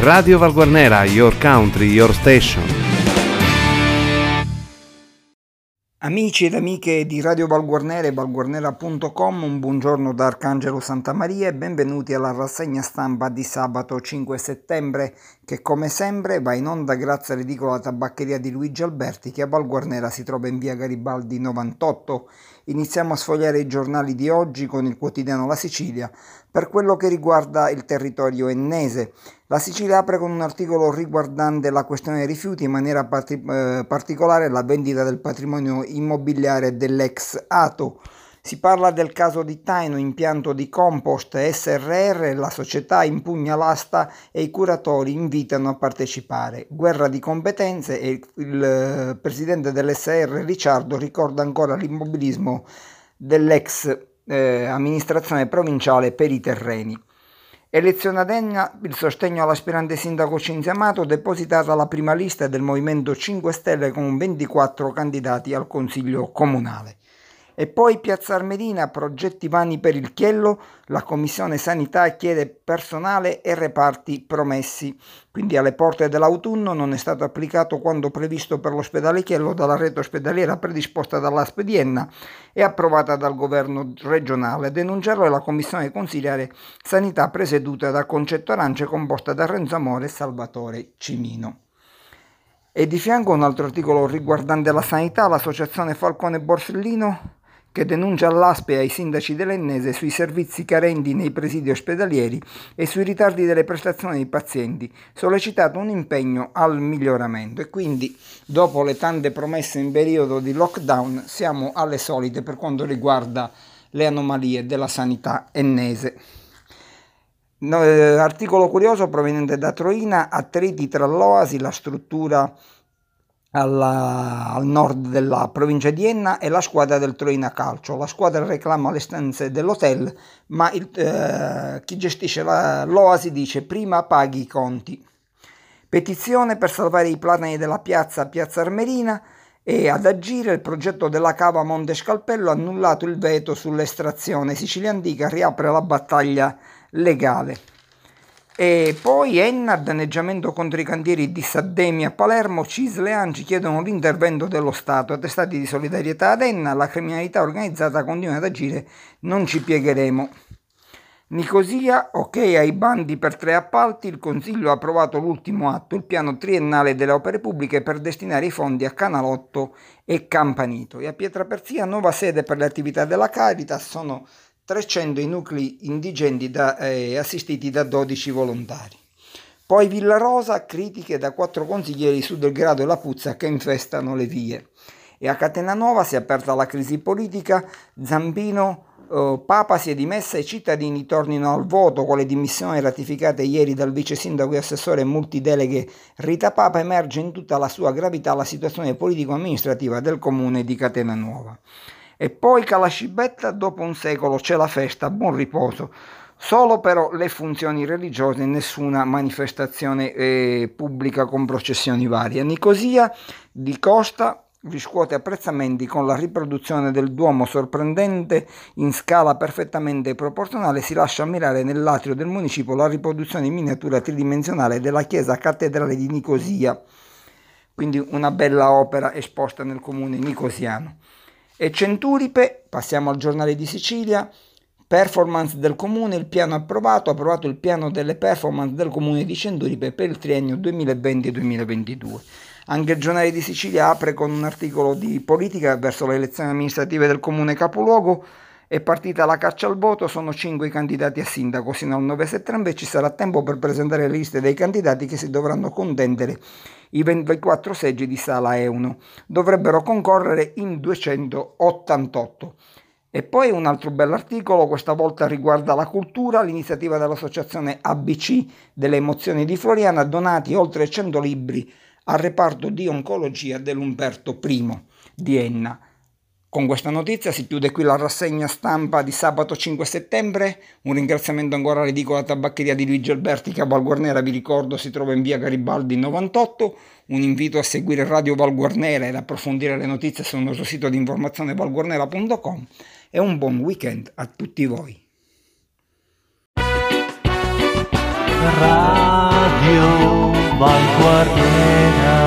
Radio Valguarnera, your country, your station. Amici ed amiche di Radio Valguarnera e valguarnera.com, un buongiorno da Arcangelo Santamaria e benvenuti alla rassegna stampa di sabato 5 settembre che come sempre va in onda grazie all'edicola tabaccheria di Luigi Alberti che a Valguarnera si trova in via Garibaldi 98. Iniziamo a sfogliare i giornali di oggi con il quotidiano La Sicilia. Per quello che riguarda il territorio ennese, la Sicilia apre con un articolo riguardante la questione dei rifiuti, in maniera particolare la vendita del patrimonio immobiliare dell'ex Ato. Si parla del caso di Taino, impianto di compost SRR, la società impugna l'asta e i curatori invitano a partecipare. Guerra di competenze e il presidente dell'SR Ricciardo ricorda ancora l'immobilismo dell'ex amministrazione provinciale per i terreni. Elezione ad Enna, il sostegno all'aspirante sindaco Cinzia Amato, depositata la prima lista del Movimento 5 Stelle con 24 candidati al Consiglio Comunale. E poi Piazza Armerina, progetti vani per il Chiello, la Commissione Sanità chiede personale e reparti promessi. Quindi alle porte dell'autunno non è stato applicato quanto previsto per l'ospedale Chiello dalla rete ospedaliera predisposta dall'ASP di Enna e approvata dal governo regionale. A denunciarlo è la Commissione Consiliare Sanità presieduta da Concetto Arance, composta da Renzo Amore e Salvatore Cimino. E di fianco un altro articolo riguardante la sanità, l'associazione Falcone Borsellino che denuncia all'ASP e ai sindaci dell'Ennese sui servizi carenti nei presidi ospedalieri e sui ritardi delle prestazioni dei pazienti, sollecitato un impegno al miglioramento. E quindi, dopo le tante promesse in periodo di lockdown, siamo alle solite per quanto riguarda le anomalie della sanità ennese. Articolo curioso proveniente da Troina, attriti tra l'Oasi, la struttura al nord della provincia di Enna e la squadra del Troina Calcio. La squadra reclama le stanze dell'hotel, ma chi gestisce l'Oasi dice prima paghi i conti. Petizione per salvare i platani della Piazza Armerina e ad agire il progetto della cava Monte Scalpello, annullato il veto sull'estrazione. Sicilia Antica riapre la battaglia legale. E poi Enna, danneggiamento contro i cantieri di Saddemi a Palermo, CISL e ANCI chiedono l'intervento dello Stato, attestati di solidarietà ad Enna, la criminalità organizzata continua ad agire, non ci piegheremo. Nicosia, ok ai bandi per 3 appalti, il Consiglio ha approvato l'ultimo atto, il piano triennale delle opere pubbliche per destinare i fondi a Canalotto e Campanito. E a Pietraperzia, nuova sede per le attività della Caritas, sono 300 i nuclei indigenti assistiti da 12 volontari. Poi Villa Rosa, critiche da 4 consiglieri su Del Grado e la Puzza che infestano le vie. E a Catenanuova si è aperta la crisi politica, Zambino, Papa si è dimessa e i cittadini tornino al voto con le dimissioni ratificate ieri dal vice sindaco e assessore multideleghe Rita Papa. Emerge in tutta la sua gravità la situazione politico-amministrativa del comune di Catenanuova. E poi Calascibetta, dopo un secolo c'è la festa, buon riposo, solo però le funzioni religiose, nessuna manifestazione pubblica con processioni varie. Nicosia di Costa riscuote apprezzamenti con la riproduzione del Duomo sorprendente in scala perfettamente proporzionale. Si lascia ammirare nell'atrio del municipio la riproduzione in miniatura tridimensionale della chiesa cattedrale di Nicosia, quindi una bella opera esposta nel comune nicosiano. E Centuripe, passiamo al giornale di Sicilia, performance del comune, il piano approvato il piano delle performance del comune di Centuripe per il triennio 2020-2022. Anche il giornale di Sicilia apre con un articolo di politica verso le elezioni amministrative del comune capoluogo. È partita la caccia al voto, sono 5 i candidati a sindaco sino al 9 settembre e ci sarà tempo per presentare le liste dei candidati che si dovranno contendere i 24 seggi di Sala Euno. Dovrebbero concorrere in 288. E poi un altro bell'articolo, questa volta riguarda la cultura, l'iniziativa dell'associazione ABC delle emozioni di Floriana, donati oltre 100 libri al reparto di oncologia dell'Umberto I di Enna. Con questa notizia si chiude qui la rassegna stampa di sabato 5 settembre. Un ringraziamento ancora all'edicola tabaccheria di Luigi Alberti che a Valguarnera, vi ricordo, si trova in via Garibaldi 98. Un invito a seguire Radio Valguarnera ed approfondire le notizie sul nostro sito di informazione valguarnera.com e un buon weekend a tutti voi. Radio Val Guarnera.